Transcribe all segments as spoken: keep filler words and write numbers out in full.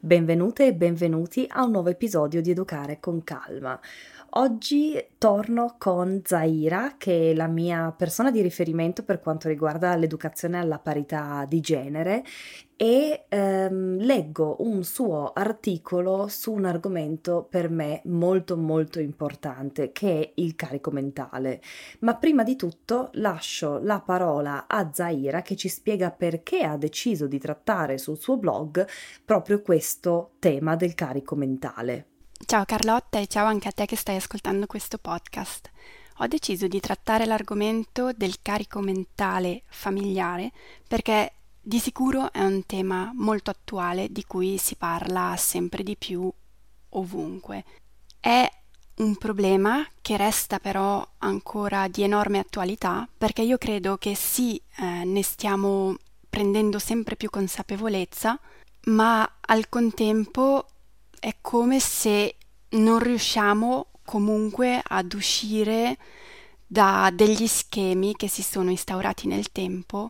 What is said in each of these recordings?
Benvenute e benvenuti a un nuovo episodio di Educare con Calma. Oggi torno con Zaira, che è la mia persona di riferimento per quanto riguarda l'educazione alla parità di genere e ehm, leggo un suo articolo su un argomento per me molto molto importante, che è il carico mentale. Ma prima di tutto lascio la parola a Zaira che ci spiega perché ha deciso di trattare sul suo blog proprio questo tema del carico mentale. Ciao Carlotta e ciao anche a te che stai ascoltando questo podcast. Ho deciso di trattare l'argomento del carico mentale familiare perché di sicuro è un tema molto attuale di cui si parla sempre di più ovunque. È un problema che resta però ancora di enorme attualità perché io credo che sì, eh, ne stiamo prendendo sempre più consapevolezza, ma al contempo è come se non riusciamo comunque ad uscire da degli schemi che si sono instaurati nel tempo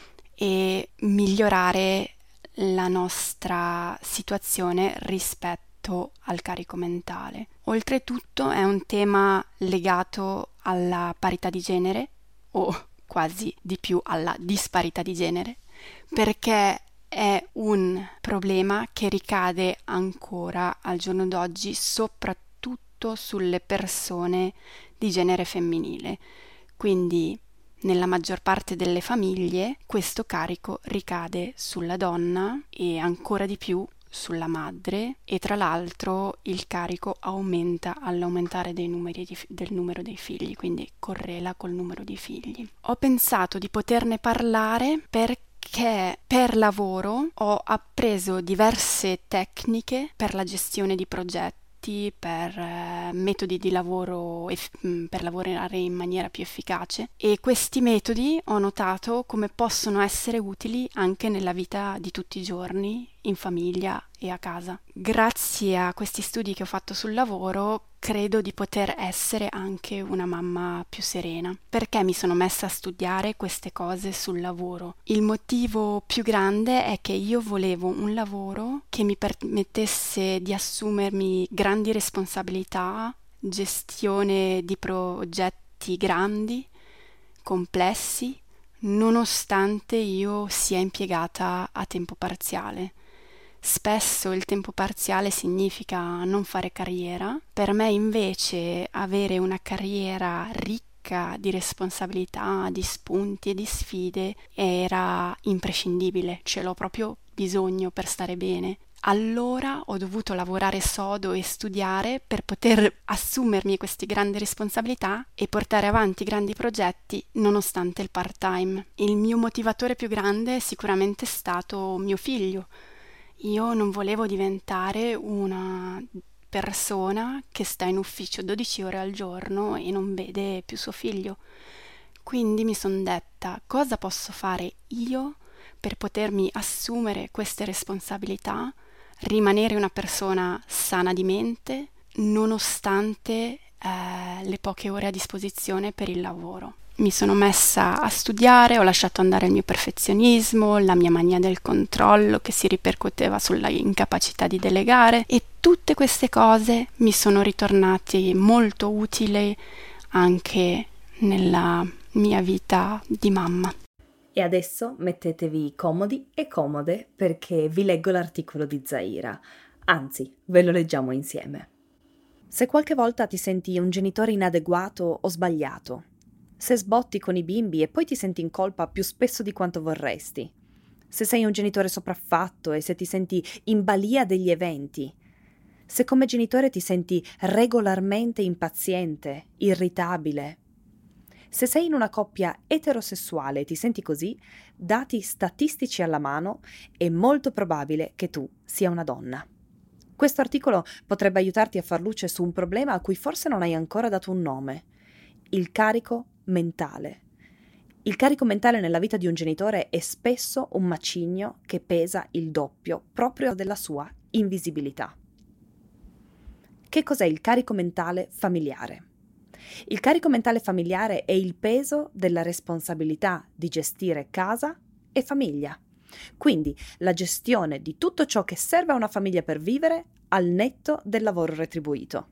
e migliorare la nostra situazione rispetto al carico mentale. Oltretutto è un tema legato alla parità di genere o quasi di più alla disparità di genere, perché è un problema che ricade ancora al giorno d'oggi soprattutto sulle persone di genere femminile. Quindi nella maggior parte delle famiglie questo carico ricade sulla donna e ancora di più sulla madre, e tra l'altro il carico aumenta all'aumentare dei numeri di, del numero dei figli, quindi correla col numero di figli. Ho pensato di poterne parlare perché che per lavoro ho appreso diverse tecniche per la gestione di progetti, per eh, metodi di lavoro eff- per lavorare in maniera più efficace, e questi metodi ho notato come possono essere utili anche nella vita di tutti i giorni, in famiglia e a casa. Grazie a questi studi che ho fatto sul lavoro credo di poter essere anche una mamma più serena. Perché mi sono messa a studiare queste cose sul lavoro? Il motivo più grande è che io volevo un lavoro che mi permettesse di assumermi grandi responsabilità, gestione di progetti grandi, complessi, nonostante io sia impiegata a tempo parziale. Spesso il tempo parziale significa non fare carriera. Per me invece avere una carriera ricca di responsabilità, di spunti e di sfide era imprescindibile, ce l'ho proprio bisogno per stare bene. Allora ho dovuto lavorare sodo e studiare per poter assumermi queste grandi responsabilità e portare avanti grandi progetti nonostante il part-time. Il mio motivatore più grande è sicuramente stato mio figlio. Io non volevo diventare una persona che sta in ufficio dodici ore al giorno e non vede più suo figlio. Quindi mi sono detta: cosa posso fare io per potermi assumere queste responsabilità, rimanere una persona sana di mente, nonostante eh, le poche ore a disposizione per il lavoro. Mi sono messa a studiare, ho lasciato andare il mio perfezionismo, la mia mania del controllo che si ripercuoteva sulla incapacità di delegare, e tutte queste cose mi sono ritornate molto utili anche nella mia vita di mamma. E adesso mettetevi comodi e comode perché vi leggo l'articolo di Zaira. Anzi, ve lo leggiamo insieme. Se qualche volta ti senti un genitore inadeguato o sbagliato, se sbotti con i bimbi e poi ti senti in colpa più spesso di quanto vorresti, se sei un genitore sopraffatto e se ti senti in balia degli eventi, se come genitore ti senti regolarmente impaziente, irritabile, se sei in una coppia eterosessuale e ti senti così, dati statistici alla mano, è molto probabile che tu sia una donna. Questo articolo potrebbe aiutarti a far luce su un problema a cui forse non hai ancora dato un nome: il carico mentale. Il carico mentale nella vita di un genitore è spesso un macigno che pesa il doppio proprio della sua invisibilità. Che cos'è il carico mentale familiare? Il carico mentale familiare è il peso della responsabilità di gestire casa e famiglia. Quindi la gestione di tutto ciò che serve a una famiglia per vivere al netto del lavoro retribuito.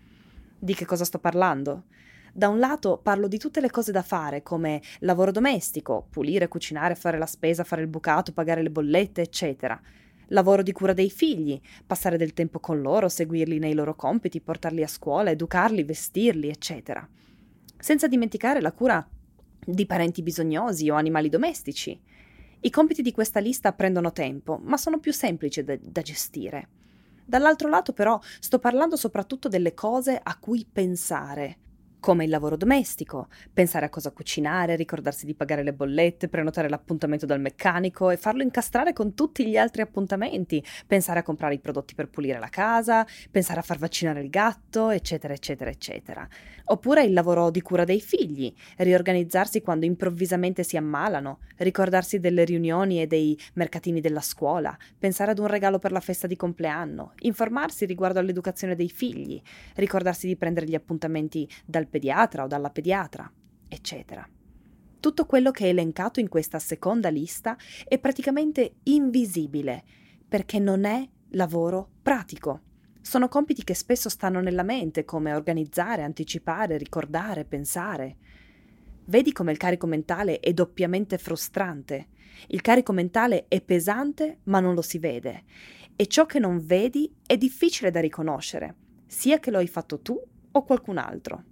Di che cosa sto parlando? Da un lato parlo di tutte le cose da fare come lavoro domestico, pulire, cucinare, fare la spesa, fare il bucato, pagare le bollette, eccetera. Lavoro di cura dei figli, passare del tempo con loro, seguirli nei loro compiti, portarli a scuola, educarli, vestirli, eccetera. Senza dimenticare la cura di parenti bisognosi o animali domestici. I compiti di questa lista prendono tempo, ma sono più semplici da, da gestire. Dall'altro lato, però, sto parlando soprattutto delle cose a cui pensare, come il lavoro domestico, pensare a cosa cucinare, ricordarsi di pagare le bollette, prenotare l'appuntamento dal meccanico e farlo incastrare con tutti gli altri appuntamenti, pensare a comprare i prodotti per pulire la casa, pensare a far vaccinare il gatto, eccetera, eccetera, eccetera. Oppure il lavoro di cura dei figli, riorganizzarsi quando improvvisamente si ammalano, ricordarsi delle riunioni e dei mercatini della scuola, pensare ad un regalo per la festa di compleanno, informarsi riguardo all'educazione dei figli, ricordarsi di prendere gli appuntamenti dal pediatra o dalla pediatra, eccetera. Tutto quello che è elencato in questa seconda lista è praticamente invisibile, perché non è lavoro pratico. Sono compiti che spesso stanno nella mente, come organizzare, anticipare, ricordare, pensare. Vedi come il carico mentale è doppiamente frustrante. Il carico mentale è pesante, ma non lo si vede. E ciò che non vedi è difficile da riconoscere, sia che lo hai fatto tu o qualcun altro.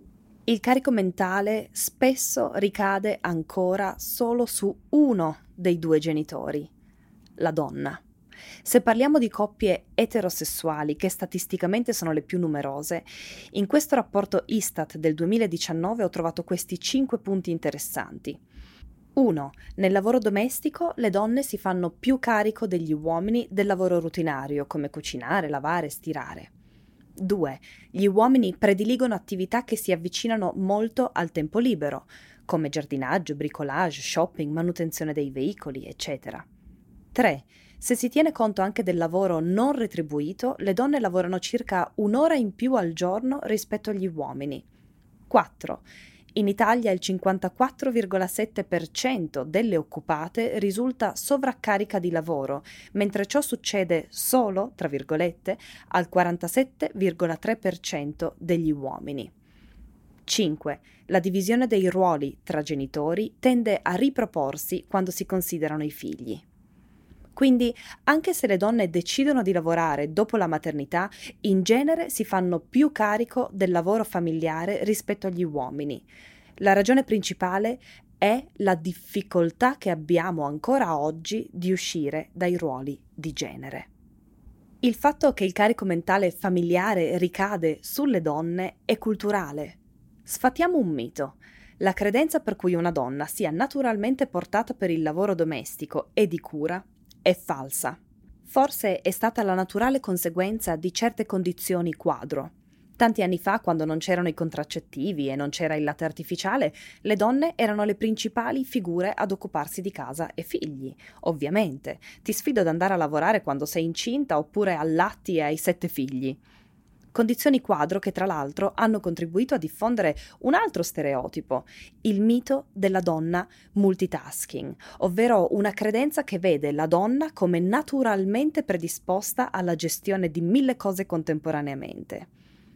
Il carico mentale spesso ricade ancora solo su uno dei due genitori, la donna. Se parliamo di coppie eterosessuali, che statisticamente sono le più numerose, in questo rapporto Istat del duemiladiciannove ho trovato questi cinque punti interessanti. uno. Nel lavoro domestico le donne si fanno più carico degli uomini del lavoro rutinario, come cucinare, lavare, stirare. due. Gli uomini prediligono attività che si avvicinano molto al tempo libero, come giardinaggio, bricolage, shopping, manutenzione dei veicoli, eccetera. tre. Se si tiene conto anche del lavoro non retribuito, le donne lavorano circa un'ora in più al giorno rispetto agli uomini. quattro. In Italia il cinquantaquattro virgola sette per cento delle occupate risulta sovraccarica di lavoro, mentre ciò succede solo, tra virgolette, al quarantasette virgola tre per cento degli uomini. cinque. La divisione dei ruoli tra genitori tende a riproporsi quando si considerano i figli. Quindi, anche se le donne decidono di lavorare dopo la maternità, in genere si fanno più carico del lavoro familiare rispetto agli uomini. La ragione principale è la difficoltà che abbiamo ancora oggi di uscire dai ruoli di genere. Il fatto che il carico mentale familiare ricade sulle donne è culturale. Sfatiamo un mito. La credenza per cui una donna sia naturalmente portata per il lavoro domestico e di cura è falsa. Forse è stata la naturale conseguenza di certe condizioni quadro. Tanti anni fa, quando non c'erano i contraccettivi e non c'era il latte artificiale, le donne erano le principali figure ad occuparsi di casa e figli. Ovviamente, ti sfido ad andare a lavorare quando sei incinta oppure allatti e hai sette figli. Condizioni quadro che tra l'altro hanno contribuito a diffondere un altro stereotipo, il mito della donna multitasking, ovvero una credenza che vede la donna come naturalmente predisposta alla gestione di mille cose contemporaneamente.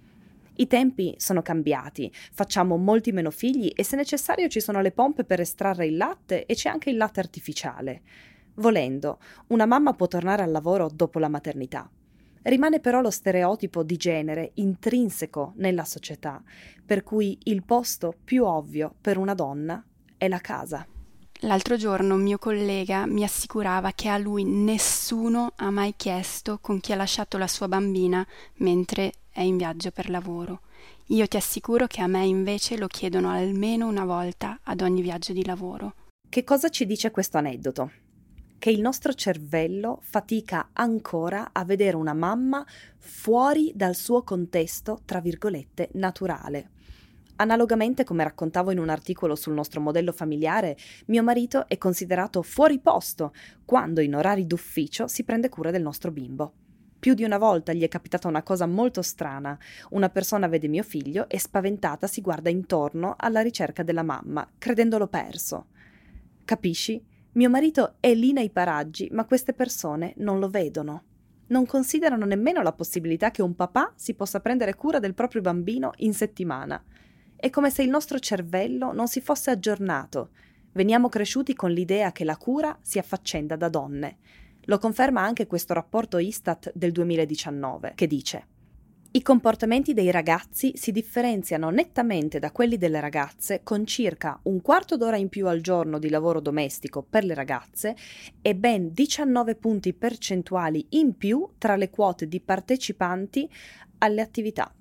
I tempi sono cambiati, facciamo molti meno figli e se necessario ci sono le pompe per estrarre il latte e c'è anche il latte artificiale. Volendo, una mamma può tornare al lavoro dopo la maternità. Rimane però lo stereotipo di genere intrinseco nella società, per cui il posto più ovvio per una donna è la casa. L'altro giorno un mio collega mi assicurava che a lui nessuno ha mai chiesto con chi ha lasciato la sua bambina mentre è in viaggio per lavoro. Io ti assicuro che a me invece lo chiedono almeno una volta ad ogni viaggio di lavoro. Che cosa ci dice questo aneddoto? Che il nostro cervello fatica ancora a vedere una mamma fuori dal suo contesto, tra virgolette, naturale. Analogamente, come raccontavo in un articolo sul nostro modello familiare, mio marito è considerato fuori posto quando in orari d'ufficio si prende cura del nostro bimbo. Più di una volta gli è capitata una cosa molto strana. Una persona vede mio figlio e spaventata si guarda intorno alla ricerca della mamma, credendolo perso. Capisci? Mio marito è lì nei paraggi, ma queste persone non lo vedono. Non considerano nemmeno la possibilità che un papà si possa prendere cura del proprio bambino in settimana. È come se il nostro cervello non si fosse aggiornato. Veniamo cresciuti con l'idea che la cura si affaccenda da donne. Lo conferma anche questo rapporto Istat del duemiladiciannove, che dice: i comportamenti dei ragazzi si differenziano nettamente da quelli delle ragazze, con circa un quarto d'ora in più al giorno di lavoro domestico per le ragazze e ben diciannove punti percentuali in più tra le quote di partecipanti alle attività.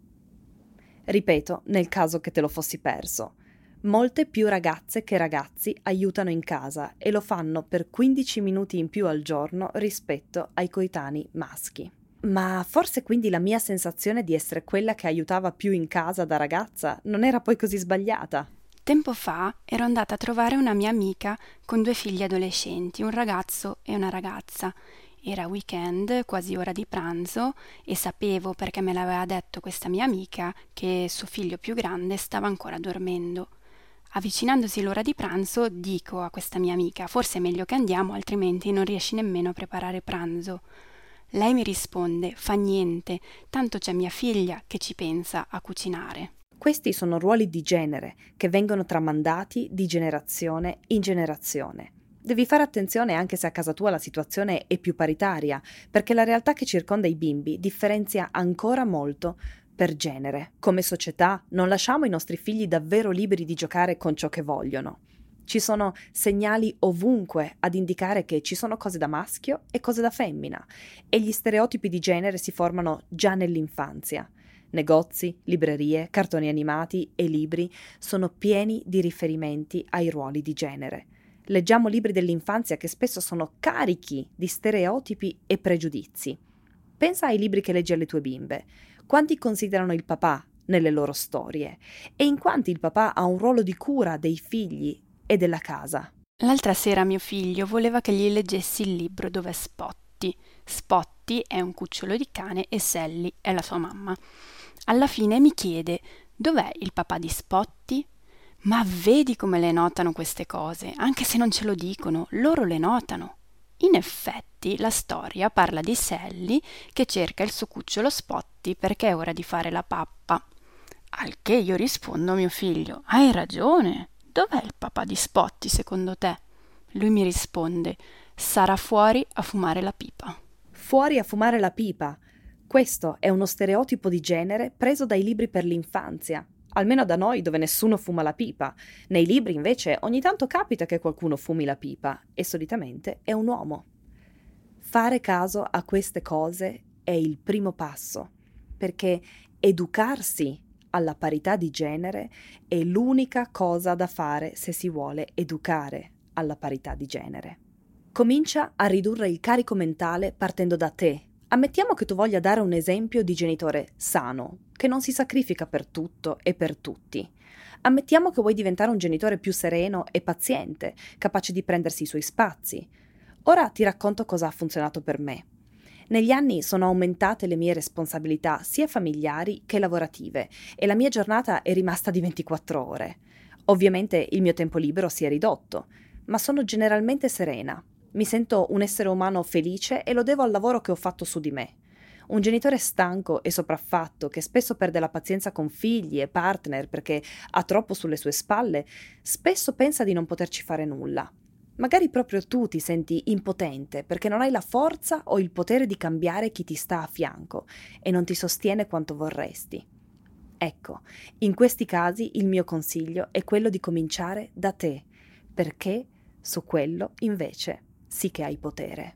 Ripeto, nel caso che te lo fossi perso. Molte più ragazze che ragazzi aiutano in casa e lo fanno per quindici minuti in più al giorno rispetto ai coetanei maschi. Ma forse quindi la mia sensazione di essere quella che aiutava più in casa da ragazza non era poi così sbagliata. Tempo fa ero andata a trovare una mia amica con due figli adolescenti, un ragazzo e una ragazza. Era weekend, quasi ora di pranzo, e sapevo, perché me l'aveva detto questa mia amica, che suo figlio più grande stava ancora dormendo. Avvicinandosi l'ora di pranzo, dico a questa mia amica: forse è meglio che andiamo, altrimenti non riesci nemmeno a preparare pranzo. Lei mi risponde: fa niente, tanto c'è mia figlia che ci pensa a cucinare. Questi sono ruoli di genere che vengono tramandati di generazione in generazione. Devi fare attenzione anche se a casa tua la situazione è più paritaria, perché la realtà che circonda i bimbi differenzia ancora molto per genere. Come società non lasciamo i nostri figli davvero liberi di giocare con ciò che vogliono. Ci sono segnali ovunque ad indicare che ci sono cose da maschio e cose da femmina, e gli stereotipi di genere si formano già nell'infanzia. Negozi, librerie, cartoni animati e libri sono pieni di riferimenti ai ruoli di genere. Leggiamo libri dell'infanzia che spesso sono carichi di stereotipi e pregiudizi. Pensa ai libri che leggi alle tue bimbe. Quanti considerano il papà nelle loro storie? E in quanti il papà ha un ruolo di cura dei figli e della casa? L'altra sera mio figlio voleva che gli leggessi il libro dove è Spotty. Spotty è un cucciolo di cane e Sally è la sua mamma. Alla fine mi chiede: dov'è il papà di Spotty? Ma vedi come le notano queste cose, anche se non ce lo dicono, loro le notano. In effetti la storia parla di Sally che cerca il suo cucciolo Spotty perché è ora di fare la pappa. Al che io rispondo a mio figlio: hai ragione, dov'è il papà di Spotty secondo te? Lui mi risponde: sarà fuori a fumare la pipa. Fuori a fumare la pipa. Questo è uno stereotipo di genere preso dai libri per l'infanzia. Almeno da noi, dove nessuno fuma la pipa. Nei libri invece ogni tanto capita che qualcuno fumi la pipa e solitamente è un uomo. Fare caso a queste cose è il primo passo, perché educarsi alla parità di genere è l'unica cosa da fare se si vuole educare alla parità di genere. Comincia a ridurre il carico mentale partendo da te. Ammettiamo che tu voglia dare un esempio di genitore sano, che non si sacrifica per tutto e per tutti. Ammettiamo che vuoi diventare un genitore più sereno e paziente, capace di prendersi i suoi spazi. Ora ti racconto cosa ha funzionato per me. Negli anni sono aumentate le mie responsabilità sia familiari che lavorative e la mia giornata è rimasta di ventiquattro ore. Ovviamente il mio tempo libero si è ridotto, ma sono generalmente serena. Mi sento un essere umano felice e lo devo al lavoro che ho fatto su di me. Un genitore stanco e sopraffatto, che spesso perde la pazienza con figli e partner perché ha troppo sulle sue spalle, spesso pensa di non poterci fare nulla. Magari proprio tu ti senti impotente perché non hai la forza o il potere di cambiare chi ti sta a fianco e non ti sostiene quanto vorresti. Ecco, in questi casi il mio consiglio è quello di cominciare da te, perché su quello invece sì che hai potere.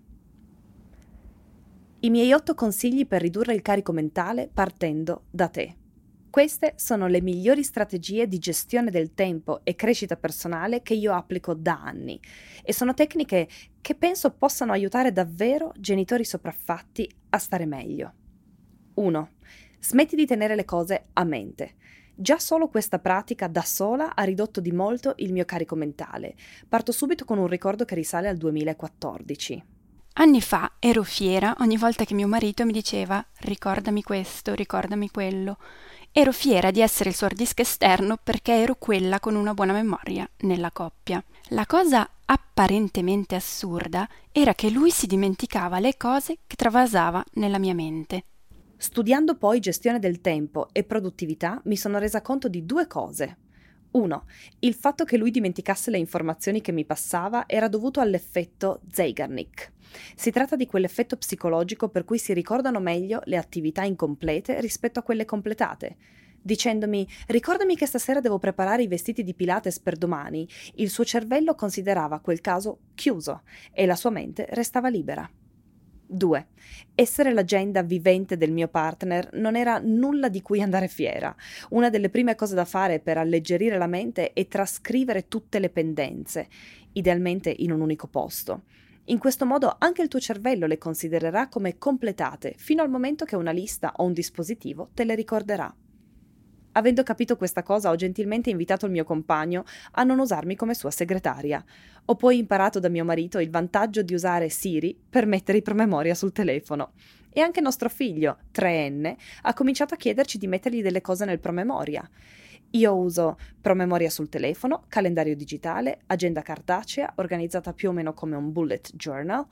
I miei otto consigli per ridurre il carico mentale partendo da te. Queste sono le migliori strategie di gestione del tempo e crescita personale che io applico da anni e sono tecniche che penso possano aiutare davvero genitori sopraffatti a stare meglio. uno. Smetti di tenere le cose a mente. Già solo questa pratica da sola ha ridotto di molto il mio carico mentale. Parto subito con un ricordo che risale al duemilaquattordici. Anni fa ero fiera ogni volta che mio marito mi diceva: ricordami questo, ricordami quello, Ero fiera di essere il suo hard disk esterno perché ero quella con una buona memoria nella coppia. La cosa apparentemente assurda era che lui si dimenticava le cose che travasava nella mia mente. Studiando poi gestione del tempo e produttività mi sono resa conto di due cose. Uno, il fatto che lui dimenticasse le informazioni che mi passava era dovuto all'effetto Zeigarnik. Si tratta di quell'effetto psicologico per cui si ricordano meglio le attività incomplete rispetto a quelle completate. Dicendomi «ricordami che stasera devo preparare i vestiti di Pilates per domani», il suo cervello considerava quel caso chiuso e la sua mente restava libera. due. Essere l'agenda vivente del mio partner non era nulla di cui andare fiera. Una delle prime cose da fare per alleggerire la mente è trascrivere tutte le pendenze, idealmente in un unico posto. In questo modo anche il tuo cervello le considererà come completate, fino al momento che una lista o un dispositivo te le ricorderà. Avendo capito questa cosa, ho gentilmente invitato il mio compagno a non usarmi come sua segretaria. Ho poi imparato da mio marito il vantaggio di usare Siri per mettere i promemoria sul telefono. E anche nostro figlio, treenne, ha cominciato a chiederci di mettergli delle cose nel promemoria. Io uso promemoria sul telefono, calendario digitale, agenda cartacea, organizzata più o meno come un bullet journal.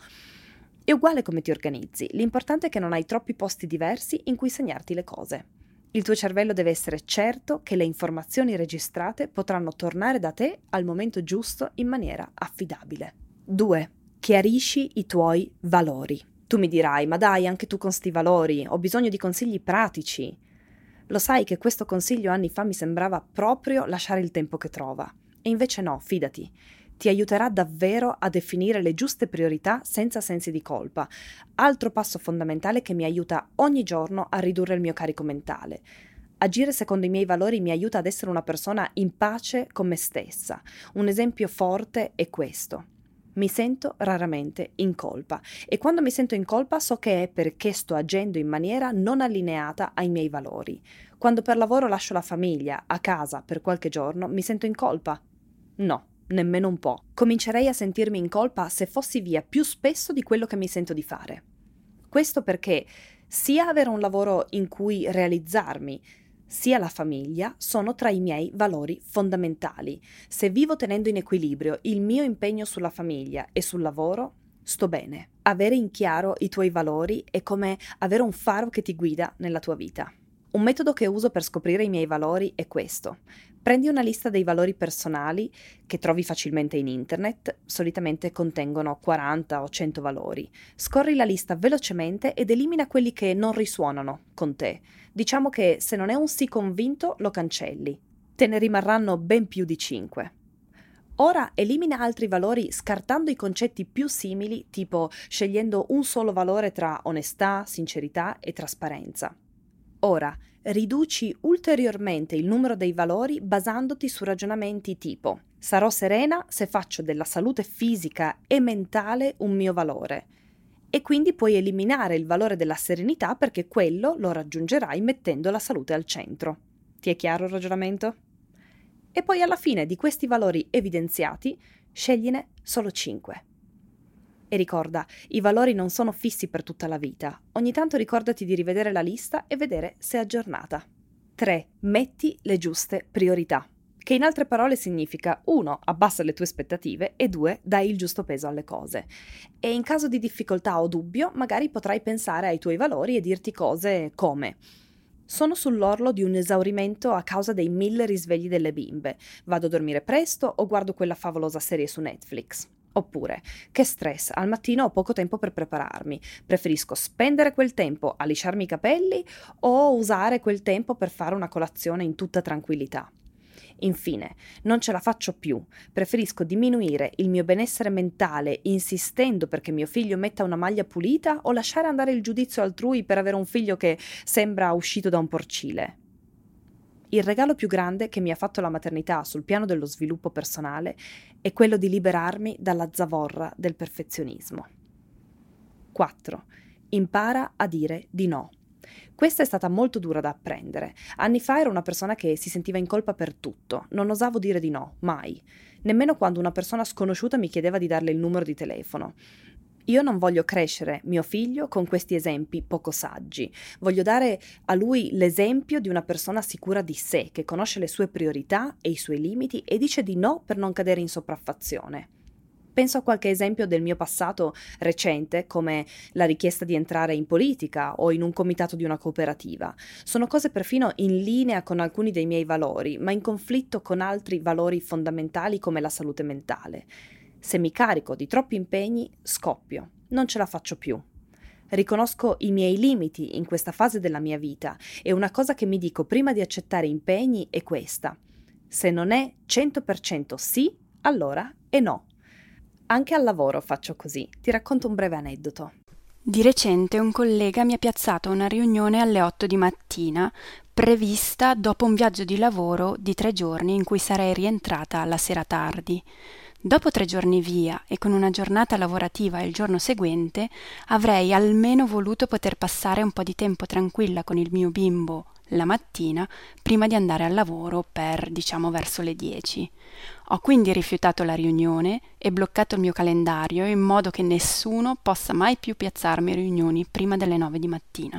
È uguale come ti organizzi, l'importante è che non hai troppi posti diversi in cui segnarti le cose. Il tuo cervello deve essere certo che le informazioni registrate potranno tornare da te al momento giusto in maniera affidabile. due. Chiarisci i tuoi valori. Tu mi dirai, ma dai, anche tu con sti valori, ho bisogno di consigli pratici. Lo sai che questo consiglio anni fa mi sembrava proprio lasciare il tempo che trova. E invece no, fidati. Ti aiuterà davvero a definire le giuste priorità senza sensi di colpa. Altro passo fondamentale che mi aiuta ogni giorno a ridurre il mio carico mentale. Agire secondo i miei valori mi aiuta ad essere una persona in pace con me stessa. Un esempio forte è questo. Mi sento raramente in colpa e quando mi sento in colpa so che è perché sto agendo in maniera non allineata ai miei valori. Quando per lavoro lascio la famiglia a casa per qualche giorno, mi sento in colpa? No. Nemmeno un po'. Comincerei a sentirmi in colpa se fossi via più spesso di quello che mi sento di fare. Questo perché sia avere un lavoro in cui realizzarmi, sia la famiglia sono tra i miei valori fondamentali. Se vivo tenendo in equilibrio il mio impegno sulla famiglia e sul lavoro, sto bene. Avere in chiaro i tuoi valori è come avere un faro che ti guida nella tua vita. Un metodo che uso per scoprire i miei valori è questo. Prendi una lista dei valori personali che trovi facilmente in internet, solitamente contengono quaranta o cento valori. Scorri la lista velocemente ed elimina quelli che non risuonano con te. Diciamo che se non è un sì convinto lo cancelli. Te ne rimarranno ben più di cinque. Ora elimina altri valori scartando i concetti più simili, tipo scegliendo un solo valore tra onestà, sincerità e trasparenza. Ora, riduci ulteriormente il numero dei valori basandoti su ragionamenti tipo sarò serena se faccio della salute fisica e mentale un mio valore e quindi puoi eliminare il valore della serenità perché quello lo raggiungerai mettendo la salute al centro. Ti è chiaro il ragionamento? E poi alla fine di questi valori evidenziati scegliene solo cinque. E ricorda, i valori non sono fissi per tutta la vita. Ogni tanto ricordati di rivedere la lista e vedere se è aggiornata. tre. Metti le giuste priorità. Che in altre parole significa uno. Abbassa le tue aspettative e due. Dai il giusto peso alle cose. E in caso di difficoltà o dubbio, magari potrai pensare ai tuoi valori e dirti cose come sono sull'orlo di un esaurimento a causa dei mille risvegli delle bimbe. Vado a dormire presto o guardo quella favolosa serie su Netflix. Oppure, che stress, al mattino ho poco tempo per prepararmi. Preferisco spendere quel tempo a lisciarmi i capelli o usare quel tempo per fare una colazione in tutta tranquillità. Infine, non ce la faccio più. Preferisco diminuire il mio benessere mentale insistendo perché mio figlio metta una maglia pulita o lasciare andare il giudizio altrui per avere un figlio che sembra uscito da un porcile. Il regalo più grande che mi ha fatto la maternità sul piano dello sviluppo personale è quello di liberarmi dalla zavorra del perfezionismo. quattro. Impara a dire di no. Questa è stata molto dura da apprendere. Anni fa ero una persona che si sentiva in colpa per tutto. Non osavo dire di no, mai. Nemmeno quando una persona sconosciuta mi chiedeva di darle il numero di telefono. Io non voglio crescere mio figlio con questi esempi poco saggi. Voglio dare a lui l'esempio di una persona sicura di sé, che conosce le sue priorità e i suoi limiti e dice di no per non cadere in sopraffazione. Penso a qualche esempio del mio passato recente, come la richiesta di entrare in politica o in un comitato di una cooperativa. Sono cose perfino in linea con alcuni dei miei valori, ma in conflitto con altri valori fondamentali come la salute mentale. Se mi carico di troppi impegni, scoppio, non ce la faccio più. Riconosco i miei limiti in questa fase della mia vita e una cosa che mi dico prima di accettare impegni è questa: se non è cento per cento sì, allora è no. Anche al lavoro faccio così. Ti racconto un breve aneddoto. Di recente un collega mi ha piazzato una riunione alle otto di mattina, prevista dopo un viaggio di lavoro di tre giorni in cui sarei rientrata la sera tardi. Dopo tre giorni via e con una giornata lavorativa il giorno seguente, avrei almeno voluto poter passare un po' di tempo tranquilla con il mio bimbo la mattina prima di andare al lavoro per, diciamo, verso le dieci. Ho quindi rifiutato la riunione e bloccato il mio calendario in modo che nessuno possa mai più piazzarmi riunioni prima delle nove di mattina.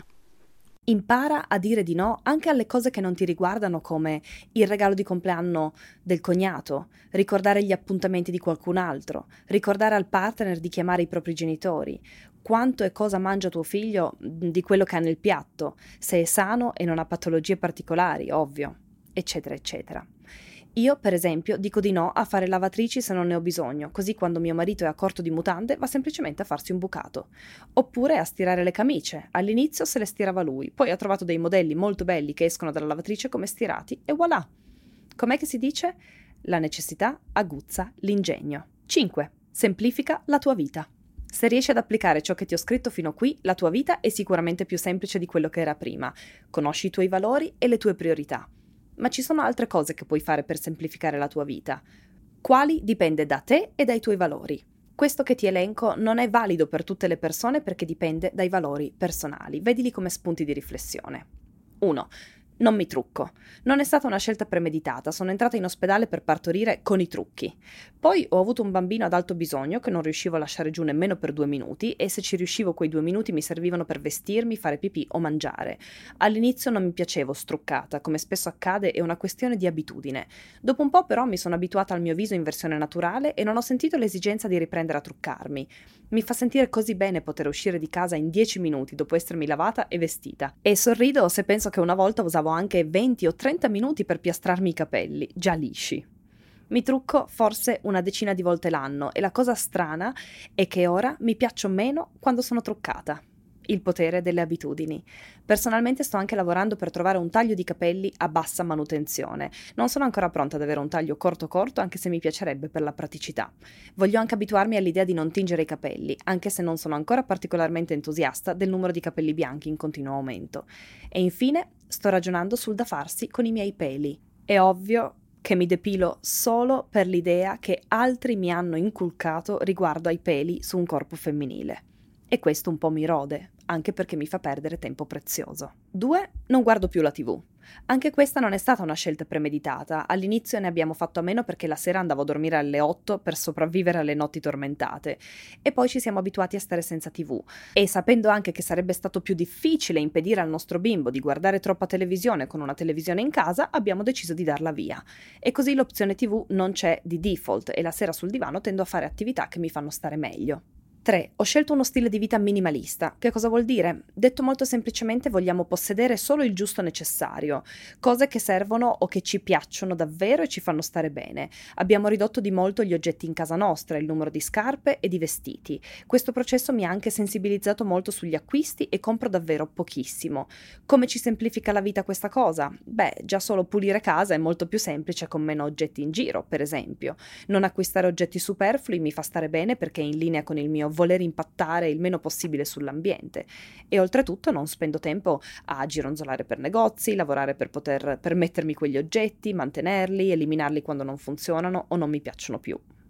Impara a dire di no anche alle cose che non ti riguardano, come il regalo di compleanno del cognato, ricordare gli appuntamenti di qualcun altro, ricordare al partner di chiamare i propri genitori, quanto e cosa mangia tuo figlio di quello che ha nel piatto, se è sano e non ha patologie particolari, ovvio, eccetera, eccetera. Io, per esempio, dico di no a fare lavatrici se non ne ho bisogno, così quando mio marito è a corto di mutande va semplicemente a farsi un bucato. Oppure a stirare le camicie. All'inizio se le stirava lui, poi ha trovato dei modelli molto belli che escono dalla lavatrice come stirati e voilà. Com'è che si dice? La necessità aguzza l'ingegno. cinque. Semplifica la tua vita. Se riesci ad applicare ciò che ti ho scritto fino a qui, la tua vita è sicuramente più semplice di quello che era prima. Conosci i tuoi valori e le tue priorità. Ma ci sono altre cose che puoi fare per semplificare la tua vita. Quali dipende da te e dai tuoi valori. Questo che ti elenco non è valido per tutte le persone perché dipende dai valori personali. Vedili come spunti di riflessione. uno. Non mi trucco. Non è stata una scelta premeditata, sono entrata in ospedale per partorire con i trucchi. Poi ho avuto un bambino ad alto bisogno che non riuscivo a lasciare giù nemmeno per due minuti e se ci riuscivo quei due minuti mi servivano per vestirmi, fare pipì o mangiare. All'inizio non mi piacevo struccata, come spesso accade è una questione di abitudine. Dopo un po' però mi sono abituata al mio viso in versione naturale e non ho sentito l'esigenza di riprendere a truccarmi. Mi fa sentire così bene poter uscire di casa in dieci minuti dopo essermi lavata e vestita. E sorrido se penso che una volta usavo anche venti o trenta minuti per piastrarmi i capelli, già lisci. Mi trucco forse una decina di volte l'anno e la cosa strana è che ora mi piaccio meno quando sono truccata. Il potere delle abitudini. Personalmente sto anche lavorando per trovare un taglio di capelli a bassa manutenzione. Non sono ancora pronta ad avere un taglio corto corto, anche se mi piacerebbe per la praticità. Voglio anche abituarmi all'idea di non tingere i capelli, anche se non sono ancora particolarmente entusiasta del numero di capelli bianchi in continuo aumento. E infine sto ragionando sul da farsi con i miei peli. È ovvio che mi depilo solo per l'idea che altri mi hanno inculcato riguardo ai peli su un corpo femminile. E questo un po' mi rode, anche perché mi fa perdere tempo prezioso. due. Non guardo più la tivù. Anche questa non è stata una scelta premeditata. All'inizio ne abbiamo fatto a meno perché la sera andavo a dormire alle otto per sopravvivere alle notti tormentate. E poi ci siamo abituati a stare senza tivù. E sapendo anche che sarebbe stato più difficile impedire al nostro bimbo di guardare troppa televisione con una televisione in casa, abbiamo deciso di darla via. E così l'opzione tivù non c'è di default e la sera sul divano tendo a fare attività che mi fanno stare meglio. tre. Ho scelto uno stile di vita minimalista. Che cosa vuol dire? Detto molto semplicemente, vogliamo possedere solo il giusto necessario, cose che servono o che ci piacciono davvero e ci fanno stare bene. Abbiamo ridotto di molto gli oggetti in casa nostra, il numero di scarpe e di vestiti. Questo processo mi ha anche sensibilizzato molto sugli acquisti e compro davvero pochissimo. Come ci semplifica la vita questa cosa? Beh, già solo pulire casa è molto più semplice con meno oggetti in giro, per esempio. Non acquistare oggetti superflui mi fa stare bene perché è in linea con il mio voler impattare il meno possibile sull'ambiente e oltretutto non spendo tempo a gironzolare per negozi, lavorare per poter permettermi quegli oggetti, mantenerli, eliminarli quando non funzionano o non mi piacciono più.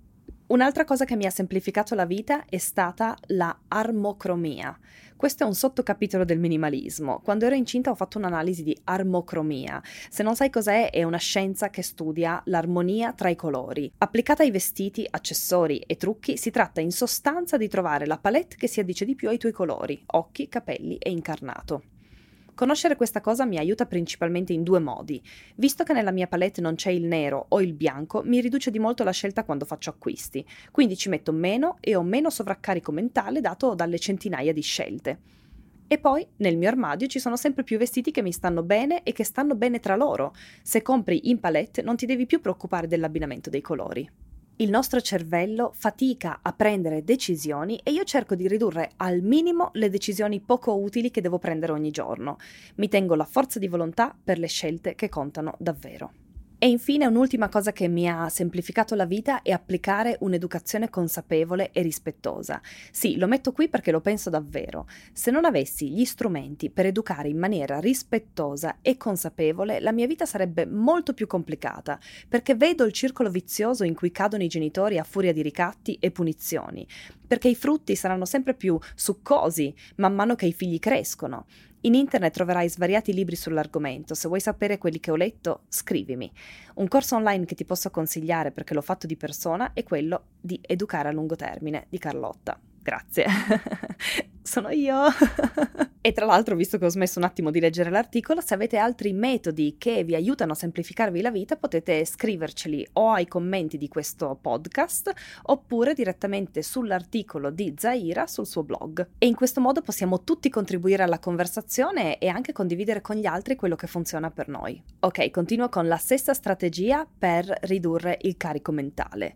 Un'altra cosa che mi ha semplificato la vita è stata la armocromia. Questo è un sottocapitolo del minimalismo. Quando ero incinta ho fatto un'analisi di armocromia. Se non sai cos'è, è una scienza che studia l'armonia tra i colori. Applicata ai vestiti, accessori e trucchi, si tratta in sostanza di trovare la palette che si addice di più ai tuoi colori, occhi, capelli e incarnato. Conoscere questa cosa mi aiuta principalmente in due modi. Visto che nella mia palette non c'è il nero o il bianco, mi riduce di molto la scelta quando faccio acquisti, quindi ci metto meno e ho meno sovraccarico mentale dato dalle centinaia di scelte. E poi, nel mio armadio ci sono sempre più vestiti che mi stanno bene e che stanno bene tra loro. Se compri in palette non ti devi più preoccupare dell'abbinamento dei colori. Il nostro cervello fatica a prendere decisioni e io cerco di ridurre al minimo le decisioni poco utili che devo prendere ogni giorno. Mi tengo la forza di volontà per le scelte che contano davvero. E infine un'ultima cosa che mi ha semplificato la vita è applicare un'educazione consapevole e rispettosa. Sì, lo metto qui perché lo penso davvero. Se non avessi gli strumenti per educare in maniera rispettosa e consapevole, la mia vita sarebbe molto più complicata, perché vedo il circolo vizioso in cui cadono i genitori a furia di ricatti e punizioni, perché i frutti saranno sempre più succosi man mano che i figli crescono. In internet troverai svariati libri sull'argomento, se vuoi sapere quelli che ho letto, scrivimi. Un corso online che ti posso consigliare perché l'ho fatto di persona è quello di Educare a lungo termine di Carlotta. Grazie. Sono io. E tra l'altro, visto che ho smesso un attimo di leggere l'articolo, se avete altri metodi che vi aiutano a semplificarvi la vita, potete scriverceli o ai commenti di questo podcast oppure direttamente sull'articolo di Zaira sul suo blog. E in questo modo possiamo tutti contribuire alla conversazione e anche condividere con gli altri quello che funziona per noi. Ok, continuo con la sesta strategia per ridurre il carico mentale.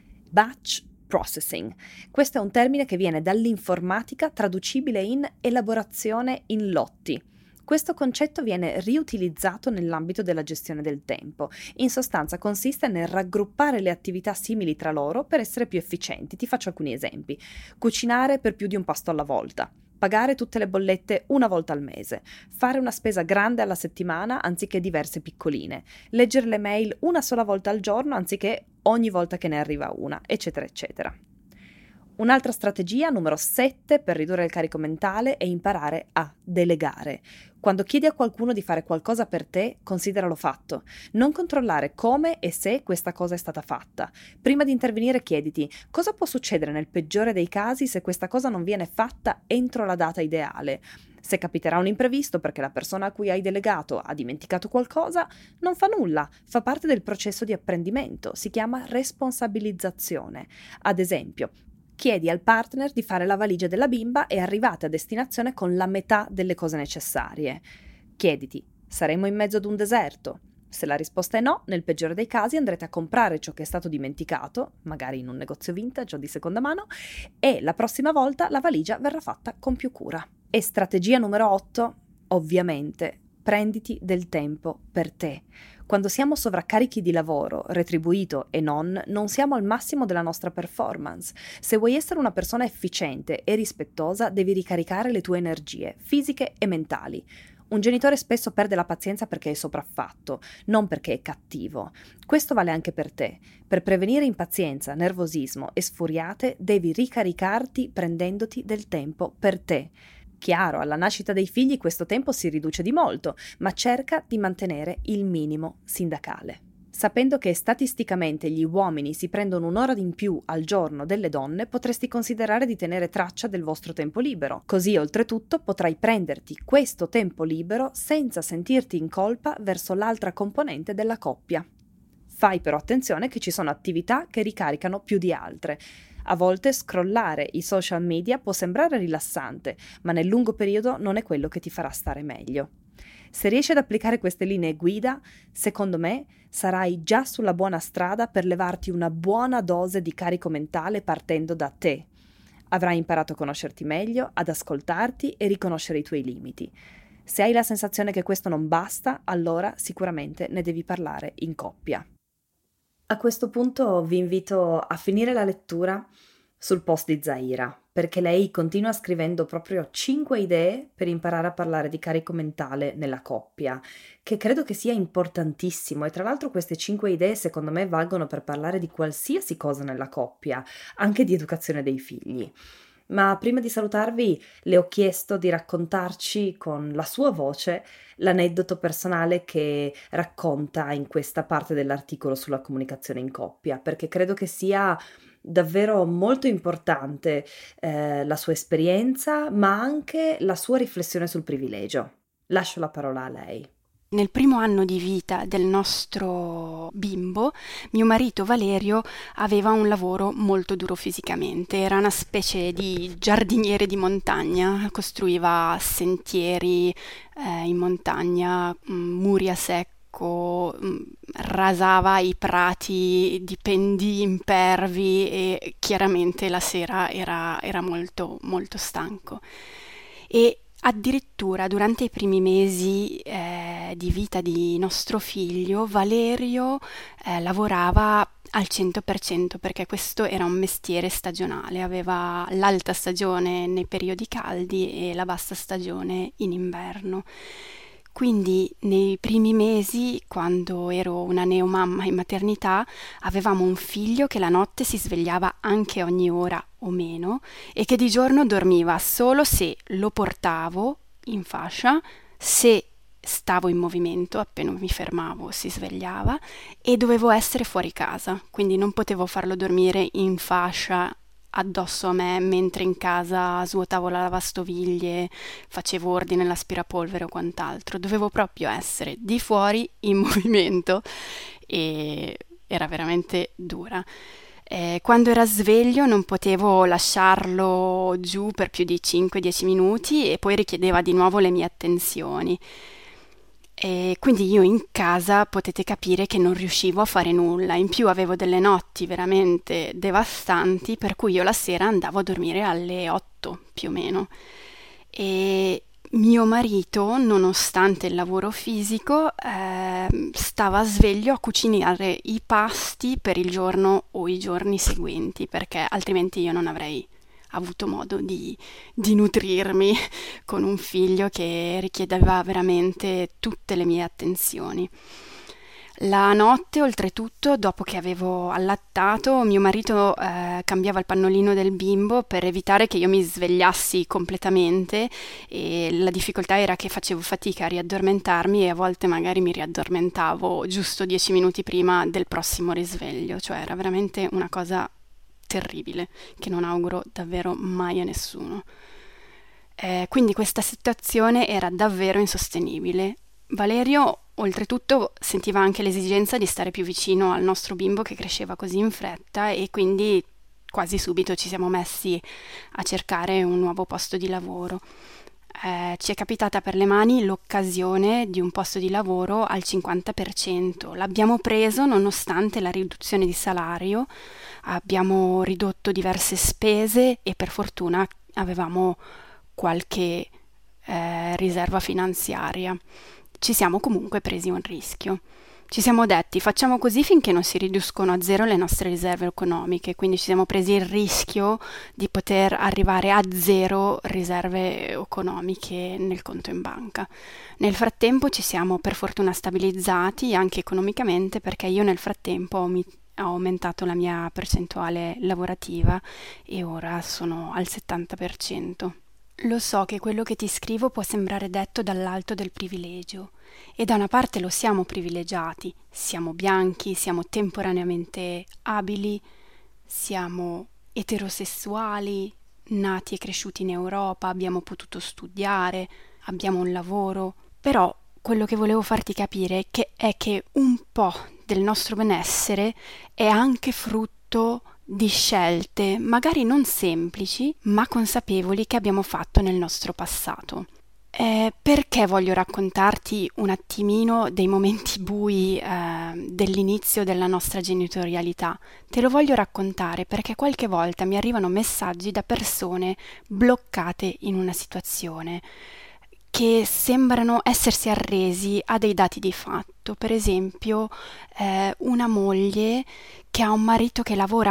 Batch processing. Questo è un termine che viene dall'informatica traducibile in elaborazione in lotti. Questo concetto viene riutilizzato nell'ambito della gestione del tempo. In sostanza consiste nel raggruppare le attività simili tra loro per essere più efficienti. Ti faccio alcuni esempi. Cucinare per più di un pasto alla volta. Pagare tutte le bollette una volta al mese, fare una spesa grande alla settimana anziché diverse piccoline, leggere le mail una sola volta al giorno anziché ogni volta che ne arriva una, eccetera, eccetera. Un'altra strategia, numero sette, per ridurre il carico mentale è imparare a delegare. Quando chiedi a qualcuno di fare qualcosa per te, consideralo fatto. Non controllare come e se questa cosa è stata fatta. Prima di intervenire chiediti cosa può succedere nel peggiore dei casi se questa cosa non viene fatta entro la data ideale. Se capiterà un imprevisto perché la persona a cui hai delegato ha dimenticato qualcosa, non fa nulla, fa parte del processo di apprendimento, si chiama responsabilizzazione. Ad esempio, chiedi al partner di fare la valigia della bimba e arrivate a destinazione con la metà delle cose necessarie. Chiediti, saremo in mezzo ad un deserto? Se la risposta è no, nel peggiore dei casi andrete a comprare ciò che è stato dimenticato, magari in un negozio vintage o di seconda mano, e la prossima volta la valigia verrà fatta con più cura. E strategia numero otto, ovviamente, prenditi del tempo per te. Quando siamo sovraccarichi di lavoro, retribuito e non, non siamo al massimo della nostra performance. Se vuoi essere una persona efficiente e rispettosa, devi ricaricare le tue energie, fisiche e mentali. Un genitore spesso perde la pazienza perché è sopraffatto, non perché è cattivo. Questo vale anche per te. Per prevenire impazienza, nervosismo e sfuriate, devi ricaricarti prendendoti del tempo per te. Chiaro, alla nascita dei figli questo tempo si riduce di molto, ma cerca di mantenere il minimo sindacale. Sapendo che statisticamente gli uomini si prendono un'ora in più al giorno delle donne, potresti considerare di tenere traccia del vostro tempo libero. Così, oltretutto, potrai prenderti questo tempo libero senza sentirti in colpa verso l'altra componente della coppia. Fai però attenzione che ci sono attività che ricaricano più di altre. A volte scrollare i social media può sembrare rilassante, ma nel lungo periodo non è quello che ti farà stare meglio. Se riesci ad applicare queste linee guida, secondo me sarai già sulla buona strada per levarti una buona dose di carico mentale partendo da te. Avrai imparato a conoscerti meglio, ad ascoltarti e riconoscere i tuoi limiti. Se hai la sensazione che questo non basta, allora sicuramente ne devi parlare in coppia. A questo punto vi invito a finire la lettura sul post di Zaira, perché lei continua scrivendo proprio cinque idee per imparare a parlare di carico mentale nella coppia, che credo che sia importantissimo, e tra l'altro queste cinque idee secondo me valgono per parlare di qualsiasi cosa nella coppia, anche di educazione dei figli. Ma prima di salutarvi le ho chiesto di raccontarci con la sua voce l'aneddoto personale che racconta in questa parte dell'articolo sulla comunicazione in coppia, perché credo che sia davvero molto importante eh, la sua esperienza, ma anche la sua riflessione sul privilegio. Lascio la parola a lei. Nel primo anno di vita del nostro bimbo, mio marito Valerio aveva un lavoro molto duro fisicamente, era una specie di giardiniere di montagna, costruiva sentieri eh, in montagna, mh, muri a secco, mh, rasava i prati di pendii impervi e chiaramente la sera era, era molto molto stanco. E addirittura durante i primi mesi eh, di vita di nostro figlio, Valerio eh, lavorava al cento per cento perché questo era un mestiere stagionale, aveva l'alta stagione nei periodi caldi e la bassa stagione in inverno. Quindi nei primi mesi, quando ero una neomamma in maternità, avevamo un figlio che la notte si svegliava anche ogni ora o meno e che di giorno dormiva solo se lo portavo in fascia, se stavo in movimento, appena mi fermavo si svegliava e dovevo essere fuori casa, quindi non potevo farlo dormire in fascia addosso a me mentre in casa svuotavo la lavastoviglie, facevo ordine all'aspirapolvere o quant'altro. Dovevo proprio essere di fuori in movimento e era veramente dura. Eh, quando era sveglio non potevo lasciarlo giù per più di cinque dieci minuti e poi richiedeva di nuovo le mie attenzioni. E quindi io in casa potete capire che non riuscivo a fare nulla, in più avevo delle notti veramente devastanti per cui io la sera andavo a dormire alle otto più o meno e mio marito, nonostante il lavoro fisico, eh, stava sveglio a cucinare i pasti per il giorno o i giorni seguenti perché altrimenti io non avrei avuto modo di, di nutrirmi con un figlio che richiedeva veramente tutte le mie attenzioni. La notte, oltretutto, dopo che avevo allattato, mio marito eh, cambiava il pannolino del bimbo per evitare che io mi svegliassi completamente e la difficoltà era che facevo fatica a riaddormentarmi e a volte magari mi riaddormentavo giusto dieci minuti prima del prossimo risveglio, cioè era veramente una cosa terribile che non auguro davvero mai a nessuno. Eh, quindi questa situazione era davvero insostenibile. Valerio, oltretutto, sentiva anche l'esigenza di stare più vicino al nostro bimbo che cresceva così in fretta e quindi quasi subito ci siamo messi a cercare un nuovo posto di lavoro. Eh, ci è capitata per le mani l'occasione di un posto di lavoro al cinquanta per cento. L'abbiamo preso nonostante la riduzione di salario, abbiamo ridotto diverse spese e per fortuna avevamo qualche eh, riserva finanziaria. Ci siamo comunque presi un rischio. Ci siamo detti facciamo così finché non si riducono a zero le nostre riserve economiche, quindi ci siamo presi il rischio di poter arrivare a zero riserve economiche nel conto in banca. Nel frattempo ci siamo per fortuna stabilizzati anche economicamente perché io nel frattempo ho, mi- ho aumentato la mia percentuale lavorativa e ora sono al settanta per cento. Lo so che quello che ti scrivo può sembrare detto dall'alto del privilegio, e da una parte lo siamo privilegiati, siamo bianchi, siamo temporaneamente abili, siamo eterosessuali, nati e cresciuti in Europa, abbiamo potuto studiare, abbiamo un lavoro, però quello che volevo farti capire che è che un po' del nostro benessere è anche frutto di scelte magari non semplici ma consapevoli che abbiamo fatto nel nostro passato. Eh, perché voglio raccontarti un attimino dei momenti bui eh, dell'inizio della nostra genitorialità? Te lo voglio raccontare perché qualche volta mi arrivano messaggi da persone bloccate in una situazione che sembrano essersi arresi a dei dati di fatto. Per esempio, eh, una moglie che ha un marito che lavora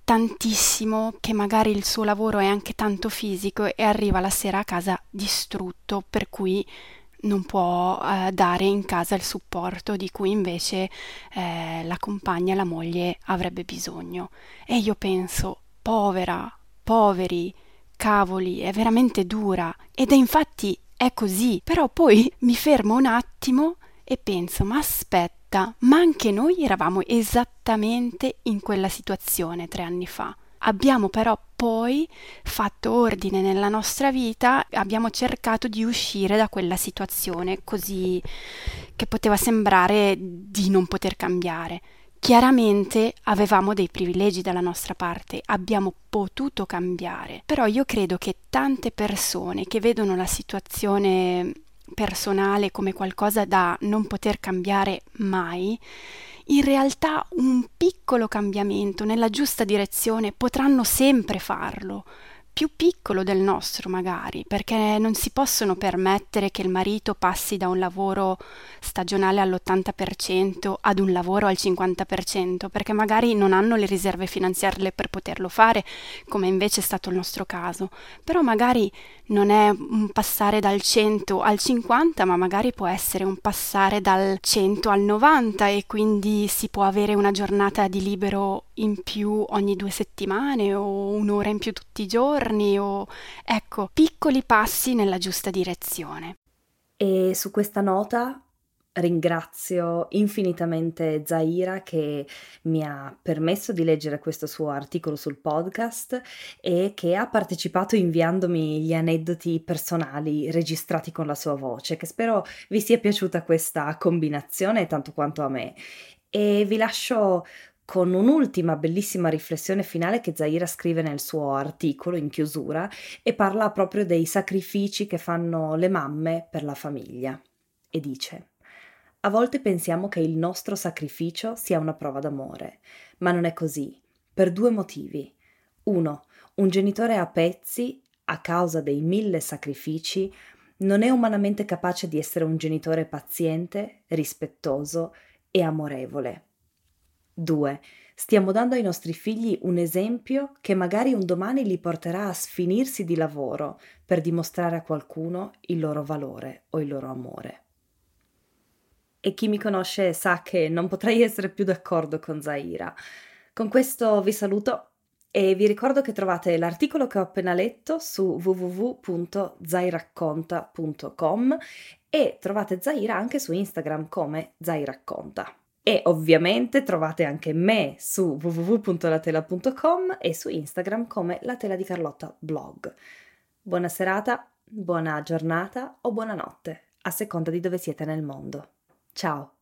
tantissimo, che magari il suo lavoro è anche tanto fisico e arriva la sera a casa distrutto, per cui non può eh, dare in casa il supporto di cui invece eh, la compagna, la moglie avrebbe bisogno. E io penso, povera, poveri, cavoli, è veramente dura, ed è infatti è così. Però poi mi fermo un attimo e penso, ma aspetta, ma anche noi eravamo esattamente in quella situazione tre anni fa. Abbiamo però poi fatto ordine nella nostra vita, abbiamo cercato di uscire da quella situazione così che poteva sembrare di non poter cambiare. Chiaramente avevamo dei privilegi dalla nostra parte, abbiamo potuto cambiare, però io credo che tante persone che vedono la situazione personale come qualcosa da non poter cambiare mai, in realtà un piccolo cambiamento nella giusta direzione potranno sempre farlo, più piccolo del nostro magari, perché non si possono permettere che il marito passi da un lavoro stagionale all'ottanta per cento ad un lavoro al cinquanta per cento, perché magari non hanno le riserve finanziarie per poterlo fare, come invece è stato il nostro caso. Però magari non è un passare dal cento al cinquanta, ma magari può essere un passare dal cento al novanta, e quindi si può avere una giornata di libero in più ogni due settimane o un'ora in più tutti i giorni, o ecco, piccoli passi nella giusta direzione. E su questa nota ringrazio infinitamente Zaira che mi ha permesso di leggere questo suo articolo sul podcast e che ha partecipato inviandomi gli aneddoti personali registrati con la sua voce, che spero vi sia piaciuta questa combinazione tanto quanto a me. E vi lascio con un'ultima bellissima riflessione finale che Zaira scrive nel suo articolo in chiusura e parla proprio dei sacrifici che fanno le mamme per la famiglia. E dice: a volte pensiamo che il nostro sacrificio sia una prova d'amore, ma non è così, per due motivi. Uno, un genitore a pezzi, a causa dei mille sacrifici, non è umanamente capace di essere un genitore paziente, rispettoso e amorevole. Due, stiamo dando ai nostri figli un esempio che magari un domani li porterà a sfinirsi di lavoro per dimostrare a qualcuno il loro valore o il loro amore. E chi mi conosce sa che non potrei essere più d'accordo con Zaira. Con questo vi saluto e vi ricordo che trovate l'articolo che ho appena letto su w w w punto zairacconta punto com e trovate Zaira anche su Instagram come Zairacconta. E ovviamente trovate anche me su w w w punto latela punto com e su Instagram come La Tela di Carlotta blog. Buona serata, buona giornata o buonanotte, a seconda di dove siete nel mondo. Ciao!